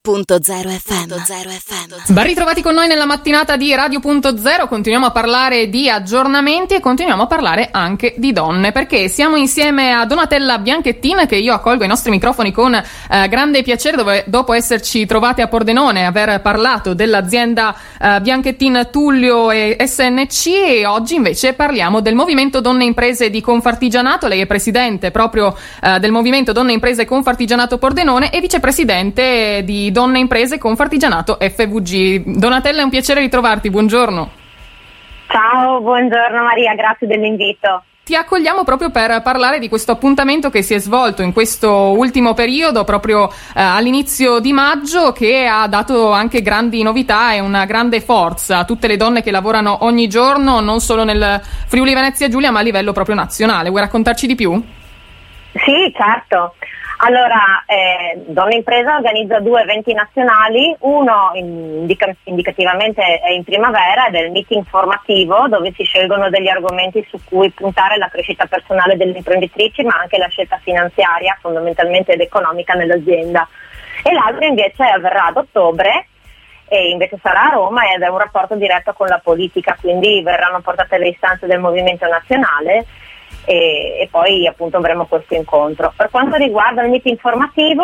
FM. Ben ritrovati con noi nella mattinata di Radio.0. Continuiamo a parlare di aggiornamenti e continuiamo a parlare anche di donne, perché siamo insieme a Donatella Bianchettin, che io accolgo ai nostri microfoni con grande piacere, dove dopo esserci trovate a Pordenone, aver parlato dell'azienda Bianchettin Tullio e SNC, e oggi invece parliamo del Movimento Donne Imprese di Confartigianato. Lei è presidente proprio del Movimento Donne Imprese Confartigianato Pordenone e vicepresidente di Donne Imprese Confartigianato FVG. Donatella, è un piacere ritrovarti, buongiorno. Ciao, buongiorno Maria, grazie dell'invito. Ti accogliamo proprio per parlare di questo appuntamento che si è svolto in questo ultimo periodo, proprio all'inizio di maggio, che ha dato anche grandi novità e una grande forza a tutte le donne che lavorano ogni giorno, non solo nel Friuli Venezia Giulia, ma a livello proprio nazionale. Vuoi raccontarci di più? Sì, certo. Allora, Donne Impresa organizza 2 eventi nazionali, uno indicativamente è in primavera ed è il meeting formativo, dove si scelgono degli argomenti su cui puntare la crescita personale delle imprenditrici, ma anche la scelta finanziaria fondamentalmente ed economica nell'azienda. E l'altro invece avverrà ad ottobre e invece sarà a Roma ed è un rapporto diretto con la politica, quindi verranno portate le istanze del movimento nazionale e poi appunto avremo questo incontro. Per quanto riguarda il meeting informativo,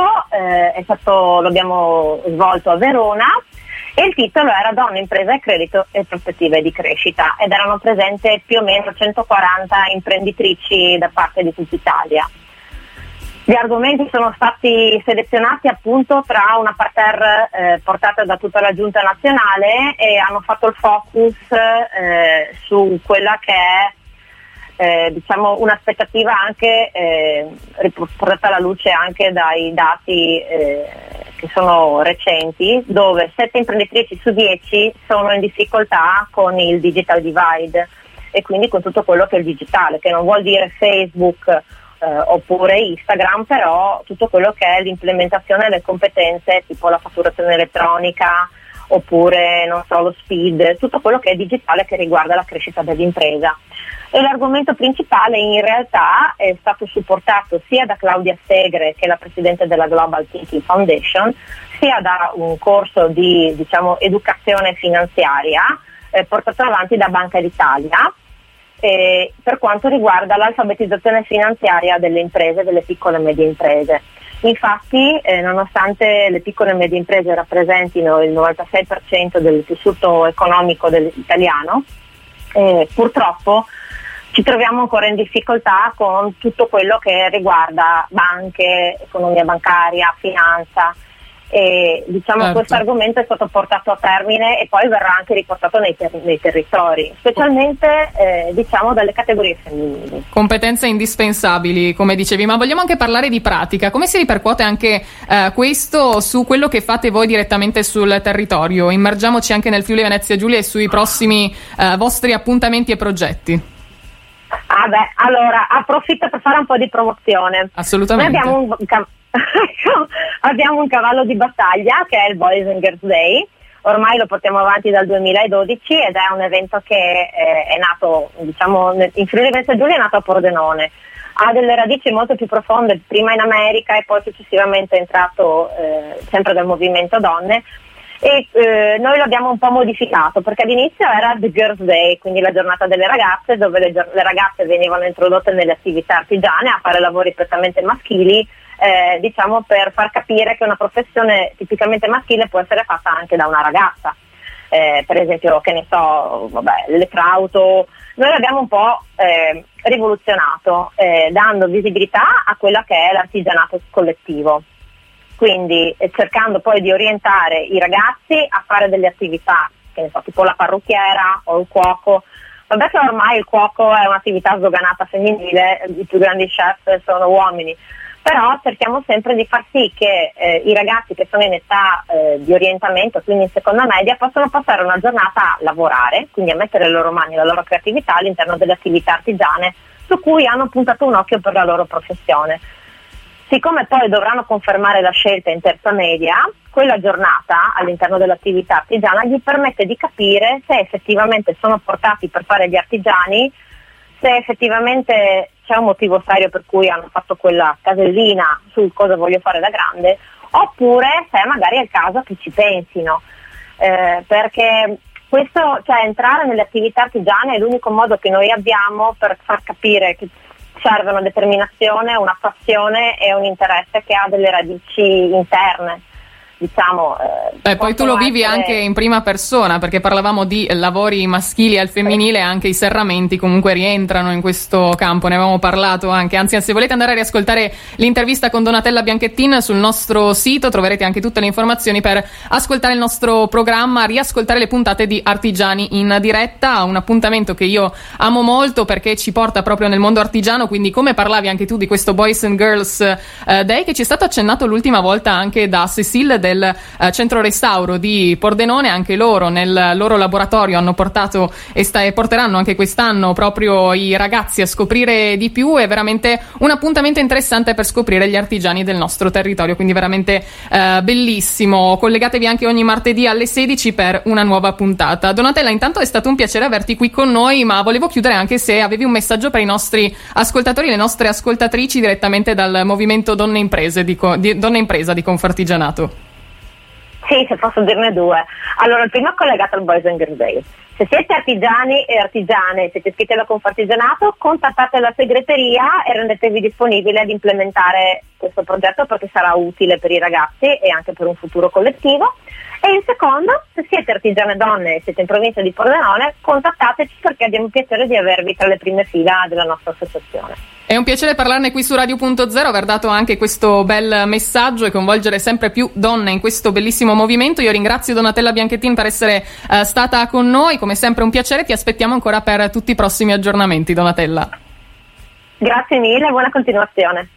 lo abbiamo svolto a Verona e il titolo era Donne, Impresa e Credito e Prospettive di Crescita, ed erano presenti più o meno 140 imprenditrici da parte di tutta Italia. Gli argomenti sono stati selezionati appunto tra una parterre portata da tutta la giunta nazionale e hanno fatto il focus su quella che è un'aspettativa anche riportata alla luce anche dai dati che sono recenti, dove 7 imprenditrici su 10 sono in difficoltà con il digital divide e quindi con tutto quello che è il digitale, che non vuol dire Facebook oppure Instagram, però tutto quello che è l'implementazione delle competenze tipo la fatturazione elettronica oppure non so, lo speed, tutto quello che è digitale che riguarda la crescita dell'impresa. E l'argomento principale in realtà è stato supportato sia da Claudia Segre, che è la presidente della Global Thinking Foundation, sia da un corso di educazione finanziaria portato avanti da Banca d'Italia per quanto riguarda l'alfabetizzazione finanziaria delle imprese, delle piccole e medie imprese. Infatti, nonostante le piccole e medie imprese rappresentino il 96% del tessuto economico italiano, purtroppo ci troviamo ancora in difficoltà con tutto quello che riguarda banche, economia bancaria, finanza e certo. Questo argomento è stato portato a termine e poi verrà anche riportato nei territori, specialmente dalle categorie femminili. Competenze indispensabili, come dicevi, ma vogliamo anche parlare di pratica. Come si ripercuote anche questo su quello che fate voi direttamente sul territorio? Immergiamoci anche nel Friuli Venezia Giulia e sui prossimi vostri appuntamenti e progetti. Allora approfitto per fare un po' di promozione. Assolutamente. Noi abbiamo un cavallo di battaglia che è il Boys and Girls Day. Ormai lo portiamo avanti dal 2012 ed è un evento che è nato, in Friuli Venezia Giulia è nato a Pordenone. Ha delle radici molto più profonde, prima in America e poi successivamente è entrato sempre dal movimento donne. E noi l'abbiamo un po' modificato perché all'inizio era The Girls Day, quindi la giornata delle ragazze, dove le ragazze venivano introdotte nelle attività artigiane a fare lavori prettamente maschili, per far capire che una professione tipicamente maschile può essere fatta anche da una ragazza. Per esempio, l'elettrauto. Noi l'abbiamo un po' rivoluzionato, dando visibilità a quella che è l'artigianato collettivo. Quindi cercando poi di orientare i ragazzi a fare delle attività, che ne so, tipo la parrucchiera o il cuoco. Vabbè che ormai il cuoco è un'attività sdoganata femminile, i più grandi chef sono uomini, però cerchiamo sempre di far sì che i ragazzi che sono in età di orientamento, quindi in seconda media, possano passare una giornata a lavorare, quindi a mettere le loro mani e la loro creatività all'interno delle attività artigiane su cui hanno puntato un occhio per la loro professione. Siccome poi dovranno confermare la scelta in terza media, quella giornata all'interno dell'attività artigiana gli permette di capire se effettivamente sono portati per fare gli artigiani, se effettivamente c'è un motivo serio per cui hanno fatto quella casellina sul cosa voglio fare da grande, oppure se magari è il caso che ci pensino, perché questo, cioè entrare nelle attività artigiane è l'unico modo che noi abbiamo per far capire che serve una determinazione, una passione e un interesse che ha delle radici interne. Diciamo, poi tu lo vivi anche in prima persona, perché parlavamo di lavori maschili al femminile, anche i serramenti comunque rientrano in questo campo, ne avevamo parlato anche, anzi se volete andare a riascoltare l'intervista con Donatella Bianchettin sul nostro sito troverete anche tutte le informazioni per ascoltare il nostro programma, riascoltare le puntate di Artigiani in diretta, un appuntamento che io amo molto perché ci porta proprio nel mondo artigiano, quindi come parlavi anche tu di questo Boys and Girls Day che ci è stato accennato l'ultima volta anche da Cecile del Centro Restauro di Pordenone, anche loro nel loro laboratorio hanno portato e porteranno anche quest'anno proprio i ragazzi a scoprire di più, è veramente un appuntamento interessante per scoprire gli artigiani del nostro territorio, quindi veramente bellissimo. Collegatevi anche ogni martedì alle 16 per una nuova puntata. Donatella, intanto è stato un piacere averti qui con noi, ma volevo chiudere anche se avevi un messaggio per i nostri ascoltatori, le nostre ascoltatrici direttamente dal movimento Donne Impresa di Confartigianato. Sì, se posso dirne due. Allora, il primo è collegato al Boys and Girls Day. Se siete artigiani e artigiane, siete iscritti alla Confartigianato, contattate la segreteria e rendetevi disponibili ad implementare questo progetto perché sarà utile per i ragazzi e anche per un futuro collettivo. E il secondo, se siete artigiane donne e siete in provincia di Pordenone, contattateci perché abbiamo piacere di avervi tra le prime fila della nostra associazione. È un piacere parlarne qui su Radio.0, aver dato anche questo bel messaggio e coinvolgere sempre più donne in questo bellissimo movimento. Io ringrazio Donatella Bianchettin per essere stata con noi, come sempre un piacere, ti aspettiamo ancora per tutti i prossimi aggiornamenti, Donatella. Grazie mille, buona continuazione.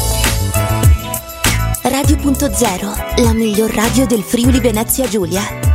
Radio.0, la miglior radio del Friuli Venezia Giulia.